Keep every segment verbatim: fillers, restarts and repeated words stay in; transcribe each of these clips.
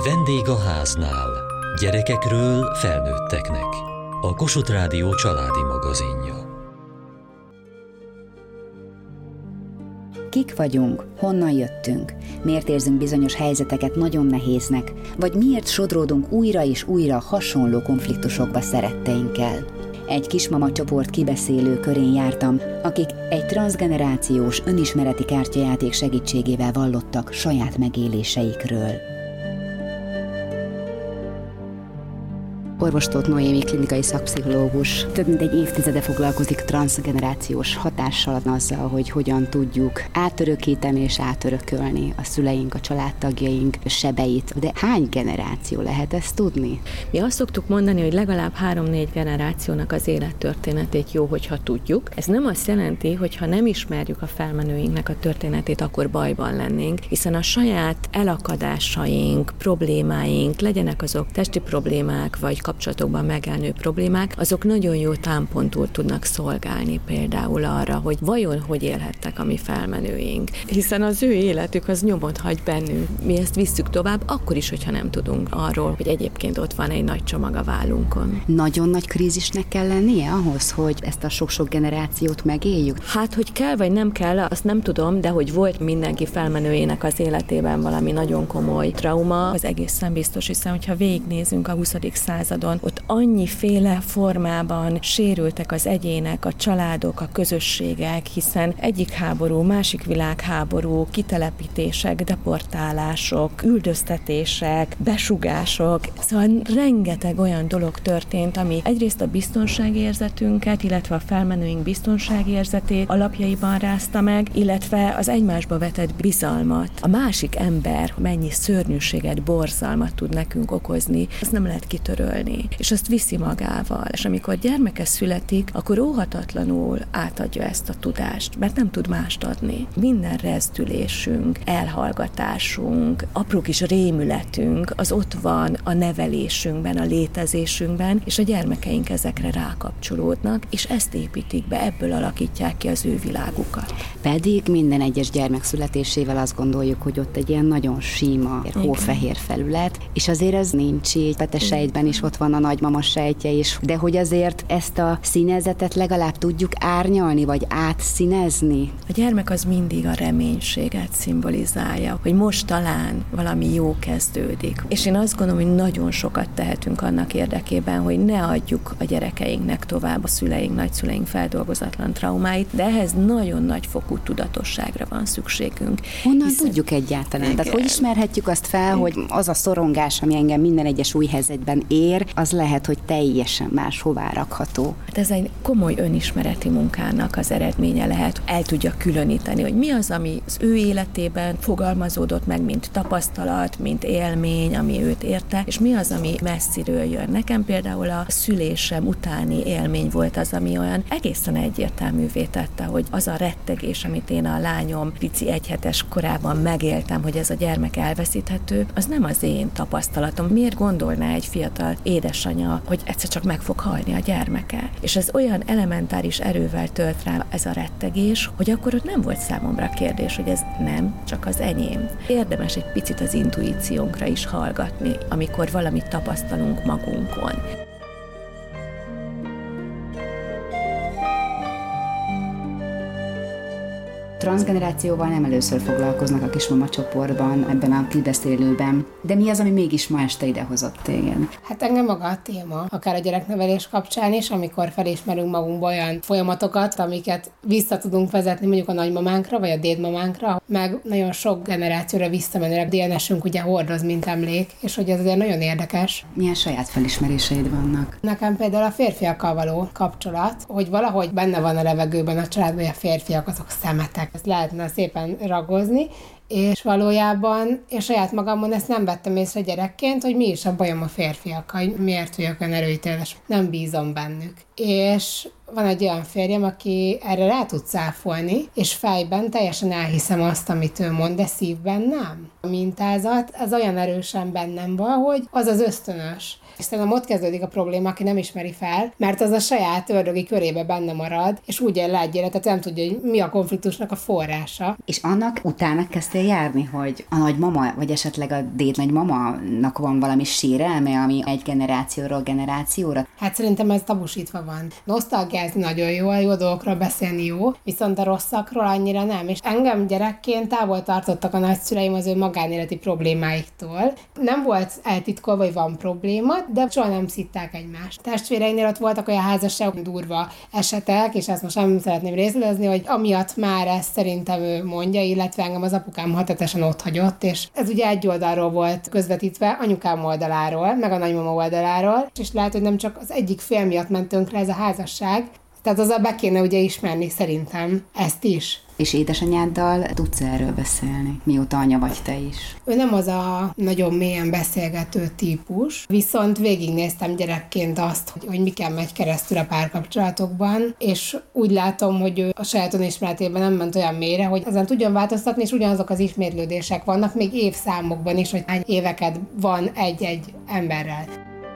Vendég a háznál. Gyerekekről felnőtteknek. A Kossuth Rádió családi magazinja. Kik vagyunk? Honnan jöttünk? Miért érzünk bizonyos helyzeteket nagyon nehéznek? Vagy miért sodródunk újra és újra hasonló konfliktusokba szeretteinkkel? Egy kismama csoport kibeszélő körén jártam, akik egy transzgenerációs önismereti kártyajáték segítségével vallottak saját megéléseikről. Orvos Tóth Noémi klinikai szakpszichológus több mint egy évtizede foglalkozik transzgenerációs hatással, azzal, hogy hogyan tudjuk átörökíteni és átörökölni a szüleink, a családtagjaink sebeit. De hány generáció lehet ezt tudni? Mi azt szoktuk mondani, hogy legalább három-négy generációnak az élettörténetét jó, hogyha tudjuk. Ez nem azt jelenti, hogy ha nem ismerjük a felmenőinknek a történetét, akkor bajban lennénk, hiszen a saját elakadásaink, problémáink, legyenek azok testi problémák, vagy kapcsolatokban megelnő problémák, azok nagyon jó támpontul tudnak szolgálni például arra, hogy vajon hogy élhettek a mi felmenőink. Hiszen az ő életük az nyomot hagy bennünk. Mi ezt visszük tovább, akkor is, hogyha nem tudunk arról, hogy egyébként ott van egy nagy csomag a vállunkon. Nagyon nagy krízisnek kell lennie ahhoz, hogy ezt a sok-sok generációt megéljük? Hát, hogy kell vagy nem kell, azt nem tudom, de hogy volt mindenki felmenőjének az életében valami nagyon komoly trauma, az egészen biztos, hiszen hogyha végignézünk a huszadik századon, ott annyiféle formában sérültek az egyének, a családok, a közösségek, hiszen egyik háború, másik világháború, kitelepítések, deportálások, üldöztetések, besugások, szóval rengeteg olyan dolog történt, ami egyrészt a biztonságérzetünket, illetve a felmenőink biztonságérzetét alapjaiban rázta meg, illetve az egymásba vetett bizalmat. A másik ember mennyi szörnyűséget, borzalmat tud nekünk okozni, azt nem lehet kitörölni. És azt viszi magával. És amikor gyermeke születik, akkor óhatatlanul átadja ezt a tudást, mert nem tud mást adni. Minden rezdülésünk, elhallgatásunk, apró kis rémületünk, az ott van a nevelésünkben, a létezésünkben, és a gyermekeink ezekre rákapcsolódnak, és ezt építik be, ebből alakítják ki az ő világukat. Pedig minden egyes gyermek születésével azt gondoljuk, hogy ott egy ilyen nagyon síma, hófehér felület, és azért ez nincs így, petesejtben is ott van a nagymama sejtje is, de hogy azért ezt a színezetet legalább tudjuk árnyalni, vagy átszínezni? A gyermek az mindig a reménységet szimbolizálja, hogy most talán valami jó kezdődik. És én azt gondolom, hogy nagyon sokat tehetünk annak érdekében, hogy ne adjuk a gyerekeinknek tovább a szüleink, nagyszüleink feldolgozatlan traumáit, de ehhez nagyon nagy fokú tudatosságra van szükségünk. Honnan Hiszen... tudjuk egyáltalán? Igen. Tehát hogy ismerhetjük azt fel, hogy az a szorongás, ami engem minden egyes új helyzetben ér, az lehet, hogy teljesen máshová rakható. Hát ez egy komoly önismereti munkának az eredménye lehet. El tudja különíteni, hogy mi az, ami az ő életében fogalmazódott meg, mint tapasztalat, mint élmény, ami őt érte, és mi az, ami messziről jön. Nekem például a szülésem utáni élmény volt az, ami olyan egészen egyértelművé tette, hogy az a rettegés, amit én a lányom pici egyhetes korában megéltem, hogy ez a gyermek elveszíthető, az nem az én tapasztalatom. Miért gondolná egy fiatal édesanya, hogy egyszer csak meg fog halni a gyermeke? És ez olyan elementáris erővel tölt rá ez a rettegés, hogy akkor ott nem volt számomra kérdés, hogy ez nem csak az enyém. Érdemes egy picit az intuíciónkra is hallgatni, amikor valamit tapasztalunk magunkon. Transzgenerációval nem először foglalkoznak a kismama csoportban, ebben a kibeszélőben. De mi az, ami mégis ma este idehozott téged? Hát engem maga a téma, akár a gyereknevelés kapcsán is, amikor felismerünk magunkba olyan folyamatokat, amiket vissza tudunk vezetni mondjuk a nagymamánkra, vagy a dédmamánkra, meg nagyon sok generációra visszamenőleg dé en es-ünk ugye hordoz, mint emlék, és hogy ez azért nagyon érdekes. Milyen saját felismeréseid vannak? Nekem például a férfiakkal való kapcsolat, hogy valahogy benne van a levegőben a családban, hogy a férfiak azok szemetek. Ezt lehetne szépen ragozni, és valójában én saját magamon ezt nem vettem észre gyerekként, hogy mi is a bajom a férfiakkal, hogy miért vagyok olyan erőteljes, nem bízom bennük. És van egy olyan férjem, aki erre rá tud cáfolni, és fejben teljesen elhiszem azt, amit ő mond, de szívben nem. A mintázat az olyan erősen bennem van, hogy az az ösztönös. És szerintem ott kezdődik a probléma, aki nem ismeri fel, mert az a saját ördögi körébe benne marad, és úgy él le egy életet, nem tudja, hogy mi a konfliktusnak a forrása. És annak utána kezdtél szoktél járni, hogy a nagymama, vagy esetleg a dédnagymamának van valami sérelme, ami egy generációról generációra? Hát szerintem ez tabusítva van. Nosztalgiázni nagyon jó, a jó dolgokról beszélni jó, viszont a rosszakról annyira nem. És engem gyerekként távol tartottak a nagyszüleim az ő magánéleti problémáiktól. Nem volt eltitkolva, hogy van probléma, de soha nem szitták egymást. Testvéreinél ott voltak olyan házasságok, durva esetek, és ezt most nem szeretném részletezni, hogy amiatt már ezt szerintem ő mondja, illetve engem az apukám hatatesen ott hagyott, és ez ugye egy oldalról volt közvetítve, anyukám oldaláról, meg a nagymama oldaláról, és lehet, hogy nem csak az egyik fél miatt ment tönkre ez a házasság, tehát azzal be kéne ugye ismerni szerintem ezt is. És édesanyáddal tudsz erről beszélni, mióta anya vagy te is? Ő nem az a nagyon mélyen beszélgető típus, viszont végignéztem gyerekként azt, hogy, hogy miken megy keresztül a párkapcsolatokban, és úgy látom, hogy ő a saját önismeretében nem ment olyan mélyre, hogy ezen tudjon változtatni, és ugyanazok az ismétlődések vannak, még évszámokban is, hogy hány éveket van egy-egy emberrel.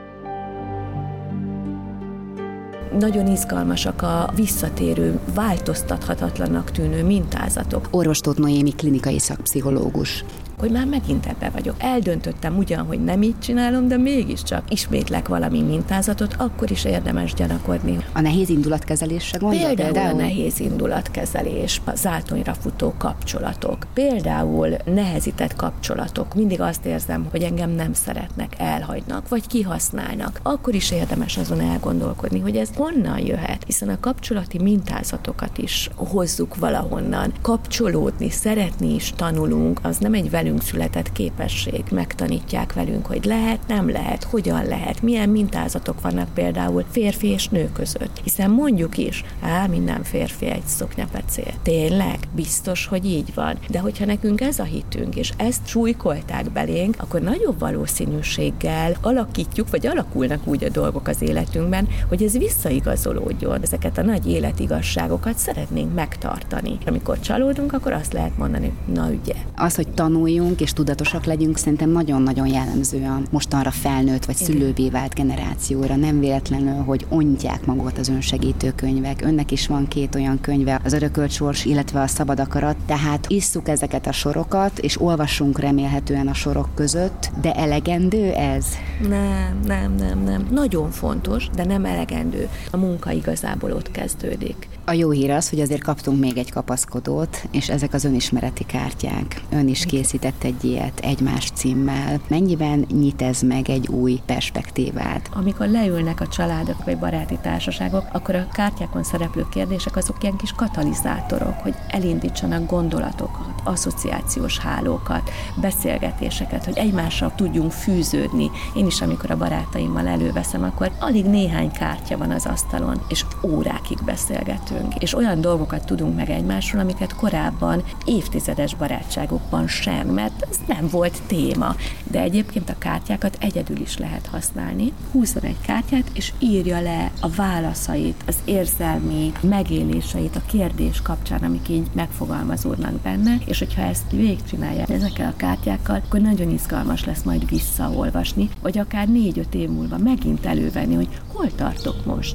Nagyon izgalmasak a visszatérő, változtathatatlannak tűnő mintázatok. Orvos Tóth Noémi klinikai szakpszichológus. Hogy már megint ebbe vagyok. Eldöntöttem ugyan, hogy nem így csinálom, de mégiscsak ismétlek valami mintázatot, akkor is érdemes gyanakodni. A nehéz indulatkezelésre gondolj? Például, például a nehéz indulatkezelés, a zátonyra futó kapcsolatok, például nehezített kapcsolatok. Mindig azt érzem, hogy engem nem szeretnek, elhagynak, vagy kihasználnak. Akkor is érdemes azon elgondolkodni, hogy ez honnan jöhet, hiszen a kapcsolati mintázatokat is hozzuk valahonnan. Kapcsolódni, szeretni is tanulunk, az nem egy velünk született képesség. Megtanítják velünk, hogy lehet, nem lehet, hogyan lehet, milyen mintázatok vannak például férfi és nő között. Hiszen mondjuk is, á, minden férfi egy szoknyapecél. Tényleg? Biztos, hogy így van. De hogyha nekünk ez a hitünk, és ezt súlykolták belénk, akkor nagyobb valószínűséggel alakítjuk, vagy alakulnak úgy a dolgok az életünkben, hogy ez visszaigazolódjon. Ezeket a nagy életigazságokat szeretnénk megtartani. Amikor csalódunk, akkor azt lehet mondani, na ügye. Az, hogy tanuljunk és tudatosak legyünk, szerintem nagyon-nagyon jellemző a mostanra felnőtt vagy szülővé vált generációra. Nem véletlenül, hogy ontják magukat az önsegítő könyvek. Önnek is van két olyan könyve, az Örökölt sors, illetve a Szabad akarat. Tehát isszuk ezeket a sorokat, és olvassunk remélhetően a sorok között, de elegendő ez? Nem, nem, nem, nem. Nagyon fontos, de nem elegendő. A munka igazából ott kezdődik. A jó hír az, hogy azért kaptunk még egy kapaszkodót, és ezek az önismereti kártyák. Ön is készített egy ilyet egymás címmel. Mennyiben nyit ez meg egy új perspektívát? Amikor leülnek a családok vagy baráti társaságok, akkor a kártyákon szereplő kérdések azok ilyen kis katalizátorok, hogy elindítsanak gondolatokat, asszociációs hálókat, beszélgetéseket, hogy egymással tudjunk fűződni. Én is, amikor a barátaimmal előveszem, akkor alig néhány kártya van az asztalon, és órákig beszélgetünk. És olyan dolgokat tudunk meg egymásról, amiket korábban évtizedes barátságokban sem, mert ez nem volt téma. De egyébként a kártyákat egyedül is lehet használni. Húzzon egy kártyát, és írja le a válaszait, az érzelmi megéléseit a kérdés kapcsán, amik így megfogalmazódnak benne, és hogyha ezt végigcsinálja ezekkel a kártyákkal, akkor nagyon izgalmas lesz majd visszaolvasni, vagy akár négy-öt év múlva megint elővenni, hogy hol tartok most.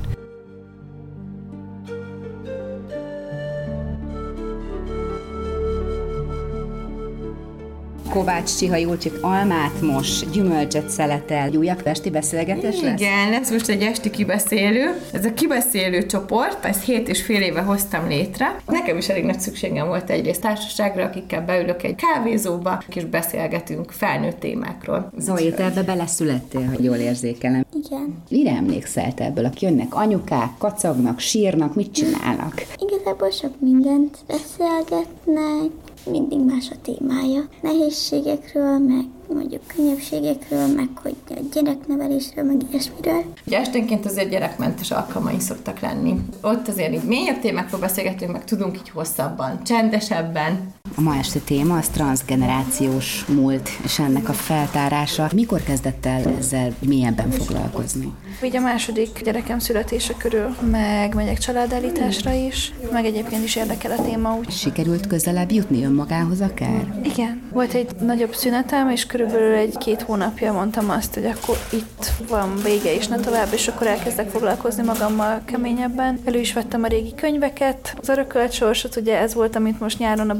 Kovács Csiha Júlcsik almát most, gyümölcsöt szeletel. Egy újabb esti beszélgetés lesz? Igen, lesz most egy esti kibeszélő. Ez a kibeszélő csoport, ezt hét és fél éve hoztam létre. Nekem is elég nagy szükségem volt egyrészt társaságra, akikkel beülök egy kávézóba, és beszélgetünk felnőtt témákról. Zoe, te ebbe beleszülettél, hogy jól érzékelem. Igen. Mire emlékszel te ebből? Jönnek anyukák, kacagnak, sírnak, mit csinálnak? Igazából sok mindent beszélgetnek, mindig más a témája. Nehézségekről, meg mondjuk könnyebbségekről, meg hogy a gyereknevelésről, meg ilyesmiről. Ugye esténként azért gyerekmentes alkalmaink szoktak lenni. Ott azért így mélyebb témákról beszélgetünk, meg tudunk így hosszabban, csendesebben. A ma esti téma az transzgenerációs múlt, és ennek a feltárása. Mikor kezdett el ezzel mélyebben foglalkozni? Így a második gyerekem születése körül, meg megyek családállításra is, meg egyébként is érdekel a téma úgy. Sikerült közelebb jutni önmagához akár? Igen. Volt egy nagyobb szünetem, és körülbelül egy-két hónapja mondtam azt, hogy akkor itt van vége, és ne tovább, és akkor elkezdek foglalkozni magammal keményebben. Elő is vettem a régi könyveket, az Örökölt sorsot, ugye ez volt, amit most nyáron a Balcsinki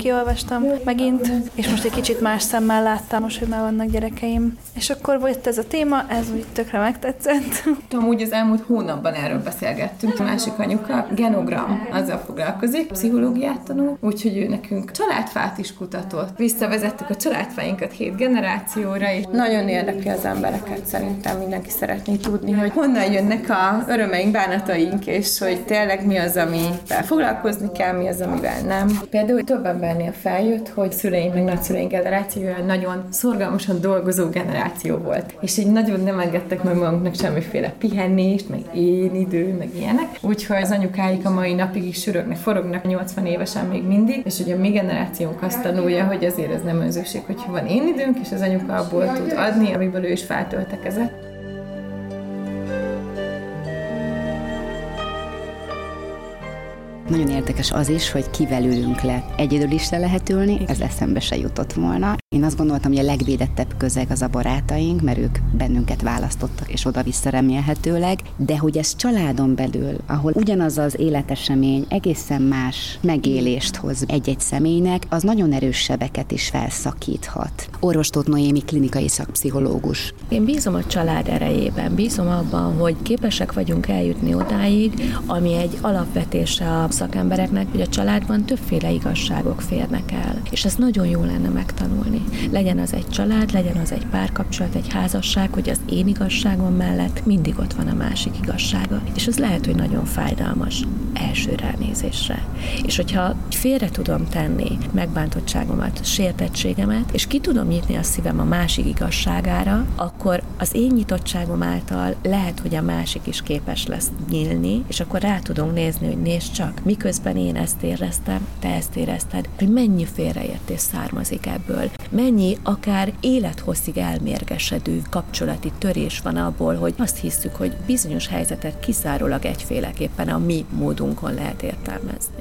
kiolvastam megint, és most egy kicsit más szemmel láttam, most, hogy már vannak gyerekeim. És akkor volt ez a téma, ez úgy tökre megtetszett. Amúgy az elmúlt hónapban erről beszélgettünk. A másik anyuka genogram, azzal foglalkozik, pszichológiát tanul, úgyhogy ő nekünk családfát is kutatott. Visszavezettük a családfáinkat hét generációra, és nagyon érdekli az embereket, szerintem mindenki szeretné tudni, hogy honnan jönnek a örömeink, bánataink, és hogy tényleg mi az, amivel foglalkozni kell, mi az, amivel nem. Például több embernél feljött, hogy szüleink meg nagyszüleink generációja nagyon szorgalmasan dolgozó generáció volt, és így nagyon nem engedtek meg magunknak semmiféle pihennést, meg én idő, meg ilyenek. Úgyhogy az anyukáik a mai napig is sürögnek, forognak nyolcvan évesen még mindig, és ugye a mi generációnk azt tanulja, hogy azért ez nem önzőség, hogyha van én időnk, és az anyuka abból tud adni, amiből ő is feltöltekezett. Nagyon érdekes az is, hogy kivel ülünk le. Egyedül is le lehet ülni, ez eszembe se jutott volna. Én azt gondoltam, hogy a legvédettebb közeg az a barátaink, mert ők bennünket választottak, és oda-vissza remélhetőleg, de hogy ez családon belül, ahol ugyanaz az életesemény egészen más megélést hoz egy-egy személynek, az nagyon erős sebeket is felszakíthat. Orvos Tóth Noémi klinikai szakpszichológus. Én bízom a család erejében, bízom abban, hogy képesek vagyunk eljutni odáig, ami egy alapvetése a szakembereknek, hogy a családban többféle igazságok férnek el. És ez nagyon jó lenne megtanulni. Legyen az egy család, legyen az egy párkapcsolat, egy házasság, hogy az én igazságom mellett mindig ott van a másik igazsága. És az lehet, hogy nagyon fájdalmas első ránézésre. És hogyha félre tudom tenni megbántottságomat, sértettségemet, és ki tudom nyitni a szívem a másik igazságára, akkor az én nyitottságom által lehet, hogy a másik is képes lesz nyílni, és akkor rá tudunk nézni, hogy nézd csak, miközben én ezt éreztem, te ezt érezted, hogy mennyi félreértés származik ebből. Mennyi akár élethosszig elmérgesedő kapcsolati törés van abból, hogy azt hiszük, hogy bizonyos helyzetet kizárólag egyféleképpen a mi módunkon lehet értelmezni.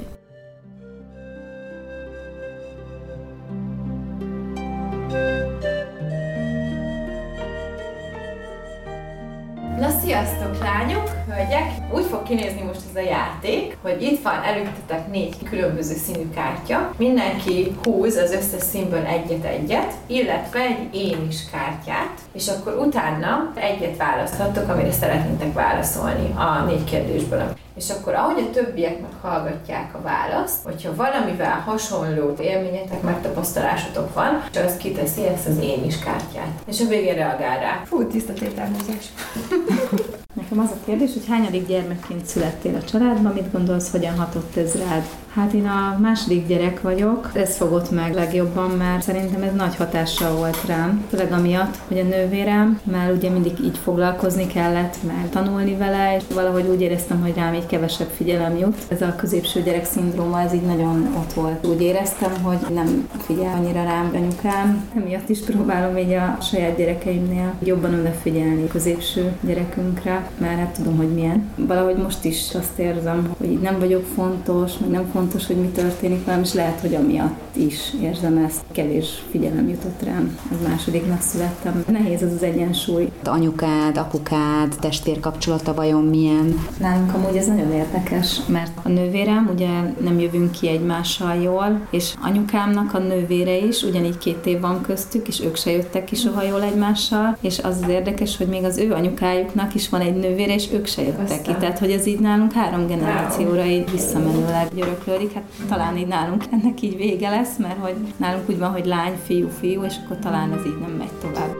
Na sziasztok, lányok, hölgyek! Úgy fog kinézni most ez a játék, hogy itt van előttetek négy különböző színű kártya. Mindenki húz az összes színből egyet-egyet, illetve egy én is kártyát, és akkor utána egyet választhattok, amire szeretnétek válaszolni a négy kérdésből. És akkor ahogy a többiek meghallgatják a választ, hogyha valamivel hasonló élményetek, megtapasztalásotok van, és az kiteszi ezt az én is kártyát. És a végén reagál rá. Fú, tiszta tételmozás. Nekem az a kérdés, hogy hányadik gyermekként születtél a családban, mit gondolsz, hogyan hatott ez rád? Hát én a második gyerek vagyok, ez fogott meg legjobban, mert szerintem ez nagy hatással volt rám. Főleg amiatt, hogy a nővérem már ugye mindig így foglalkozni kellett, meg tanulni vele, és valahogy úgy éreztem, hogy rám így kevesebb figyelem jut. Ez a középső gyerek szindróma, ez így nagyon ott volt. Úgy éreztem, hogy nem figyel annyira rám anyukám. Emiatt is próbálom így a saját gyerekeimnél jobban odafigyelni a középső gyerekünkre, mert hát tudom, hogy milyen. Valahogy most is azt érzem, hogy így nem vagyok fontos, meg nem fontos, hogy mi történik velem, és lehet, hogy amiatt is érzem ezt. Kevés figyelem jutott rám. Az másodiknak születtem. Nehéz az az egyensúly. Anyukád, apukád, testvér kapcsolata vajon milyen? Nálunk amúgy ez nagyon érdekes, mert a nővérem, ugye nem jövünk ki egymással jól, és anyukámnak a nővére is, ugyanígy két év van köztük, és ők se jöttek ki soha jól egymással, és az az érdekes, hogy még az ő anyukájuknak is van egy nővére, és ők se jöttek ki. Tehát, hogy ez így nálunk három generációra így visszamenőleg györöklődik. Hát talán így nálunk ennek így vége lesz, mert hogy nálunk úgy van, hogy lány, fiú, fiú, és akkor talán ez így nem megy tovább.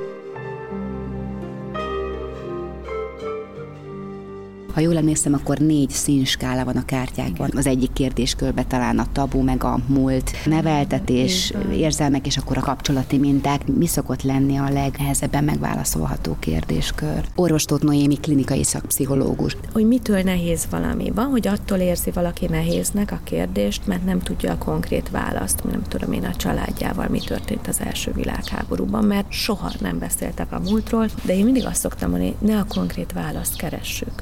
Ha jól emlékszem, akkor négy színskála van a kártyákon. Az egyik kérdéskörben talán a tabu, meg a múlt, neveltetés, érzelmek, és akkor a kapcsolati minták. Mi szokott lenni a legnehezebben megválaszolható kérdéskör? Orvos Tóth Noémi klinikai szakpszichológus. Hogy mitől nehéz valami? Van, hogy attól érzi valaki nehéznek a kérdést, mert nem tudja a konkrét választ. Nem tudom én a családjával, mi történt az első világháborúban, mert soha nem beszéltek a múltról, de én mindig azt szoktam mondani, ne a konkrét választ keressük, hanem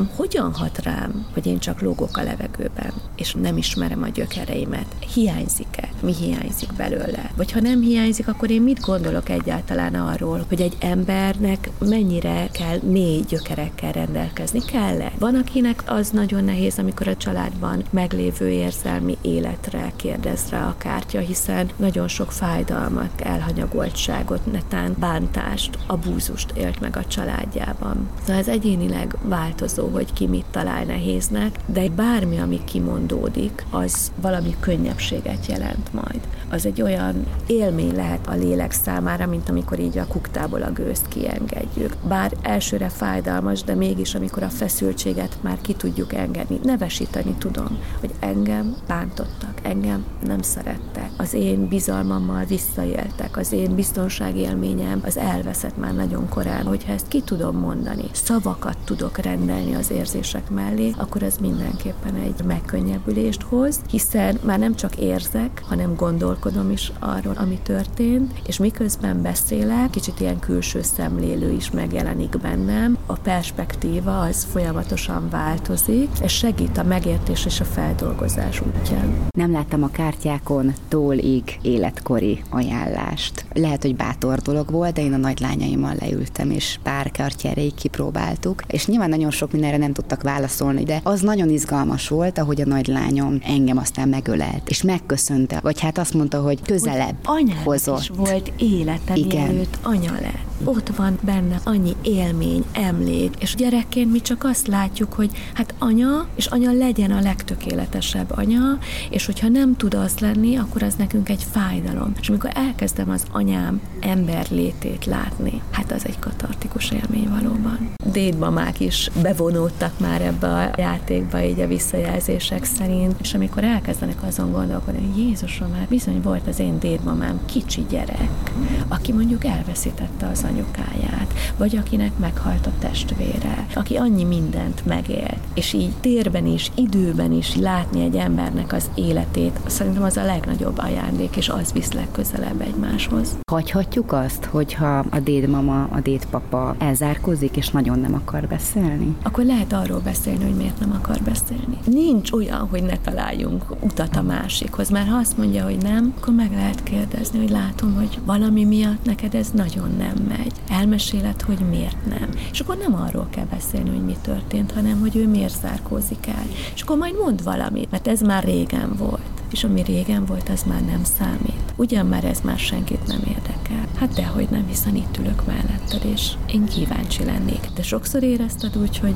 hogyan hat rám, hogy én csak lógok a levegőben, és nem ismerem a gyökereimet? Hiányzik-e? Mi hiányzik belőle? Vagy ha nem hiányzik, akkor én mit gondolok egyáltalán arról, hogy egy embernek mennyire kell négy gyökerekkel rendelkezni? Kell-e? Van, akinek az nagyon nehéz, amikor a családban meglévő érzelmi életre kérdez rá a kártya, hiszen nagyon sok fájdalmat, elhanyagoltságot, netán bántást, abúzust élt meg a családjában. Szóval ez egyénileg változó, hogy ki mit talál nehéznek, de bármi, ami kimondódik, az valami könnyebbséget jelent majd. Az egy olyan élmény lehet a lélek számára, mint amikor így a kuktából a gőzt kiengedjük. Bár elsőre fájdalmas, de mégis, amikor a feszültséget már ki tudjuk engedni, nevesíteni tudom, hogy engem bántottak, engem nem szerettek, az én bizalmammal visszaéltek, az én biztonságélményem az elveszett már nagyon korán. Hogyha ezt ki tudom mondani, szavakat tudok rendelni az érzések mellé, akkor ez mindenképpen egy megkönnyebbülést hoz, hiszen már nem csak érzek, hanem gondolkodom is arról, ami történt, és miközben beszélek, kicsit ilyen külső szemlélő is megjelenik bennem, a perspektíva az folyamatosan változik, és segít a megértés és a feldolgozás útján. Nem láttam a kártyákon tólig életkori ajánlást. Lehet, hogy bátor dolog volt, de én a nagylányaimmal leültem, és pár kártyáig kipróbáltuk, és nyilván nagyon sok mindenre nem tudtak válaszolni, de az nagyon izgalmas volt, ahogy a nagylányom engem aztán megölelt, és megköszönte, vagy hát azt mondta, hogy közelebb hogy hozott. Is volt élete, mielőtt anya lett. Ott van benne annyi élmény, emlék, és gyerekként mi csak azt látjuk, hogy hát anya, és anya legyen a legtökéletesebb anya, és hogyha nem tud az lenni, akkor az nekünk egy fájdalom. És amikor elkezdem az anyám ember létét látni, hát az egy katartikus élmény valóban. Dédmamák is bevonódtak már ebbe a játékba, így a visszajelzések szerint, és amikor elkezdenek azon gondolkodni, hogy Jézusom, már bizony volt az én dédmamám kicsi gyerek, aki mondjuk elveszítette az anyukáját, vagy akinek meghalt a testvére, aki annyi mindent megélt, és így térben is, időben is látni egy embernek az életét, szerintem az a legnagyobb ajándék, és az visz legközelebb egymáshoz. Hagyhatjuk azt, hogyha a dédmama, a dédpapa elzárkózik, és nagyon nem akar beszélni? Akkor lehet arról beszélni, hogy miért nem akar beszélni. Nincs olyan, hogy ne találjunk utat a másikhoz, mert ha azt mondja, hogy nem, akkor meg lehet kérdezni, hogy látom, hogy valami miatt neked ez nagyon nem megy. Elmeséled, hogy miért nem. És akkor nem arról kell beszélni, hogy mi történt, hanem hogy ő miért zárkózik el. És akkor majd mond valamit, mert ez már régen volt. És ami régen volt, az már nem számít. Ugyan már ez már senkit nem érdekel. Hát dehogy nem, hiszen itt ülök melletted, és én kíváncsi lennék. De sokszor érezted úgy, hogy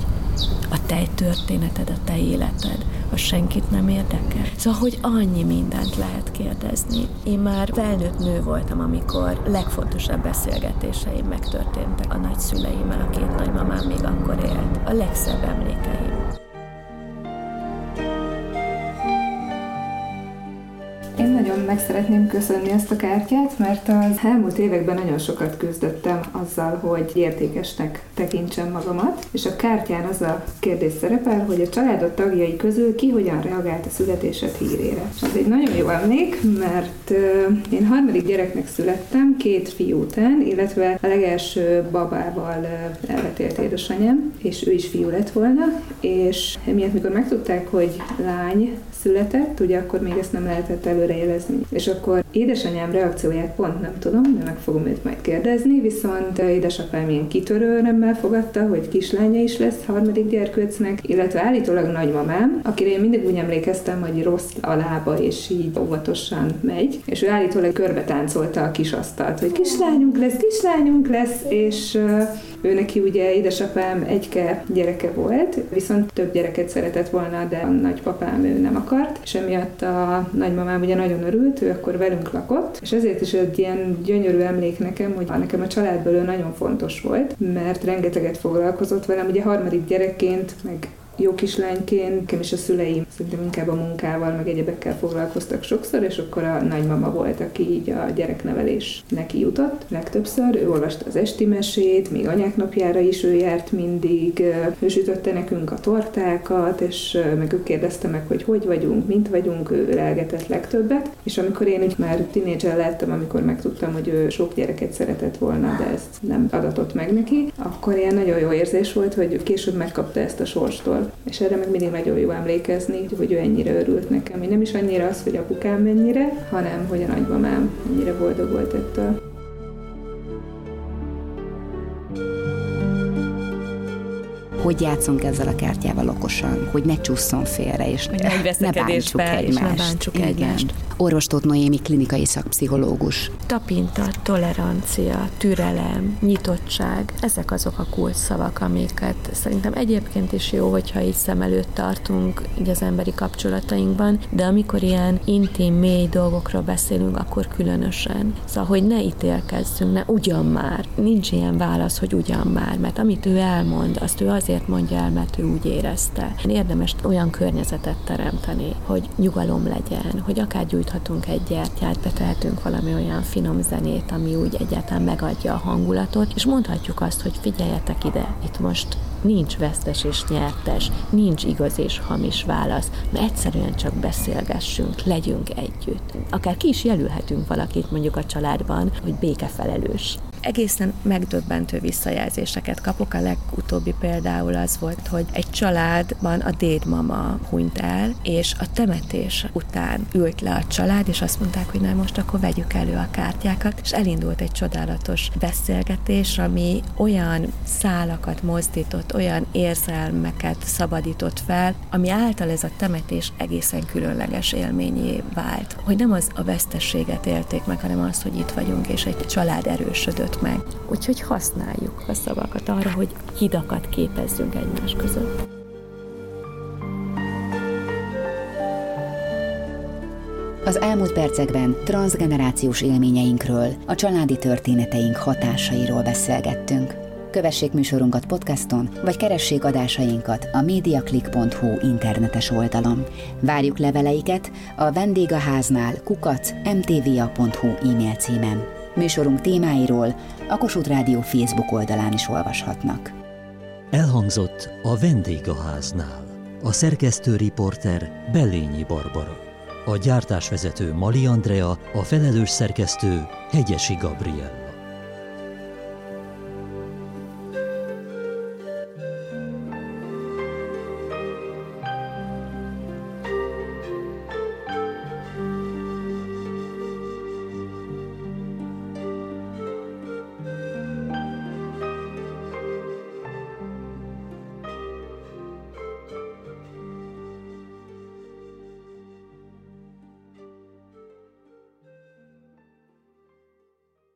a te történeted, a te életed, az senkit nem érdekel. Szóval, hogy annyi mindent lehet kérdezni. Én már felnőtt nő voltam, amikor legfontosabb beszélgetéseim megtörténtek a nagyszüleimmel, a két nagymamám még akkor élt. A legszebb emlékeim. Én nagyon meg szeretném köszönni ezt a kártyát, mert az elmúlt években nagyon sokat küzdöttem azzal, hogy értékesnek tekintsem magamat, és a kártyán az a kérdés szerepel, hogy a családod tagjai közül ki hogyan reagált a születésed hírére. És ez egy nagyon jó emlék, mert uh, én harmadik gyereknek születtem, két fiú után, illetve a legelső babával uh, elvetélt édesanyám, és ő is fiú lett volna, és emiatt, mikor megtudták, hogy lány született, ugye akkor még ezt nem lehetett előrejelezni. És akkor édesanyám reakcióját pont nem tudom, de meg fogom őt majd kérdezni, viszont édesapám ilyen kitörő örömmel fogadta, hogy kislánya is lesz harmadik gyerkőcnek, illetve állítólag nagymamám, akire én mindig úgy emlékeztem, hogy rossz a lába, és így óvatosan megy, és ő állítólag körbe táncolta a kis asztalt, hogy kislányunk lesz, kislányunk lesz, és ő neki ugye édesapám egyke gyereke volt, viszont több gyereket szeretett volna, de a nagypapám ő nem akart, és emiatt a nagymamám ugye nagyon örült, ő akkor velünk lakott, és ezért is egy ilyen gyönyörű emlék nekem, hogy nekem a családból ő nagyon fontos volt, mert rengeteget foglalkozott velem, ugye harmadik gyerekként, meg Jó kislányként, nekem is a szüleim szerintem inkább a munkával, meg egyebekkel foglalkoztak sokszor, és akkor a nagymama volt, aki így a gyereknevelés neki jutott legtöbbször. Ő olvasta az esti mesét, még anyák napjára is ő járt mindig, ő sütötte nekünk a tortákat, és meg ő kérdezte meg, hogy hogy vagyunk, mint vagyunk, ő lelgetett legtöbbet. És amikor én így már tínédzser lettem, amikor megtudtam, hogy ő sok gyereket szeretett volna, de ezt nem adatott meg neki, akkor ilyen nagyon jó érzés volt, hogy később megkapta ezt a sorstól. És erre meg mindig nagyon jó emlékezni, hogy ő ennyire örült nekem. Nem is annyira az, hogy apukám mennyire, hanem hogy a nagymamám ennyire boldog volt ettől. Hogy játszunk ezzel a kártyával okosan, hogy ne csusszon félre, és hogy ne bántsuk egymást. És ne bántsuk egymást. Orvos Tóth Noémi klinikai szakpszichológus. Tapintat, tolerancia, türelem, nyitottság, ezek azok a kulcsszavak, amiket szerintem egyébként is jó, hogyha így szem előtt tartunk így az emberi kapcsolatainkban, de amikor ilyen intim, mély dolgokról beszélünk, akkor különösen. Szóval, hogy ne ítélkezzünk, ne ugyan már. Nincs ilyen válasz, hogy ugyan már, mert amit ő elmond, azt ő azért mondja el, mert ő úgy érezte. Érdemes olyan környezetet teremteni, hogy nyugalom legyen, hogy akár gyújthatunk egy gyertyát, betehetünk valami olyan finom zenét, ami úgy egyáltalán megadja a hangulatot, és mondhatjuk azt, hogy figyeljetek ide, itt most nincs vesztes és nyertes, nincs igaz és hamis válasz, mert egyszerűen csak beszélgessünk, legyünk együtt. Akár ki is jelölhetünk valakit mondjuk a családban, hogy békefelelős. Egészen megdöbbentő visszajelzéseket kapok. A legutóbbi például az volt, hogy egy családban a dédmama hunyt el, és a temetés után ült le a család, és azt mondták, hogy na most akkor vegyük elő a kártyákat, és elindult egy csodálatos beszélgetés, ami olyan szálakat mozdított, olyan érzelmeket szabadított fel, ami által ez a temetés egészen különleges élményé vált. Hogy nem az a vesztességet élték meg, hanem az, hogy itt vagyunk, és egy család erősödött meg. Úgyhogy használjuk a szavakat arra, hogy hidakat képezzünk egymás között. Az elmúlt percekben transzgenerációs élményeinkről, a családi történeteink hatásairól beszélgettünk. Kövessék műsorunkat podcaston, vagy keressék adásainkat a mediaclick pont hu internetes oldalon. Várjuk leveleiket a vendégháznál kukac em té vé á pont hu e-mail címen. Műsorunk témáiról a Kossuth Rádió Facebook oldalán is olvashatnak. Elhangzott a Vendégháznál. A szerkesztő riporter Bellényi Barbara. A gyártásvezető Mali Andrea, a felelős szerkesztő Hegyesi Gabriel.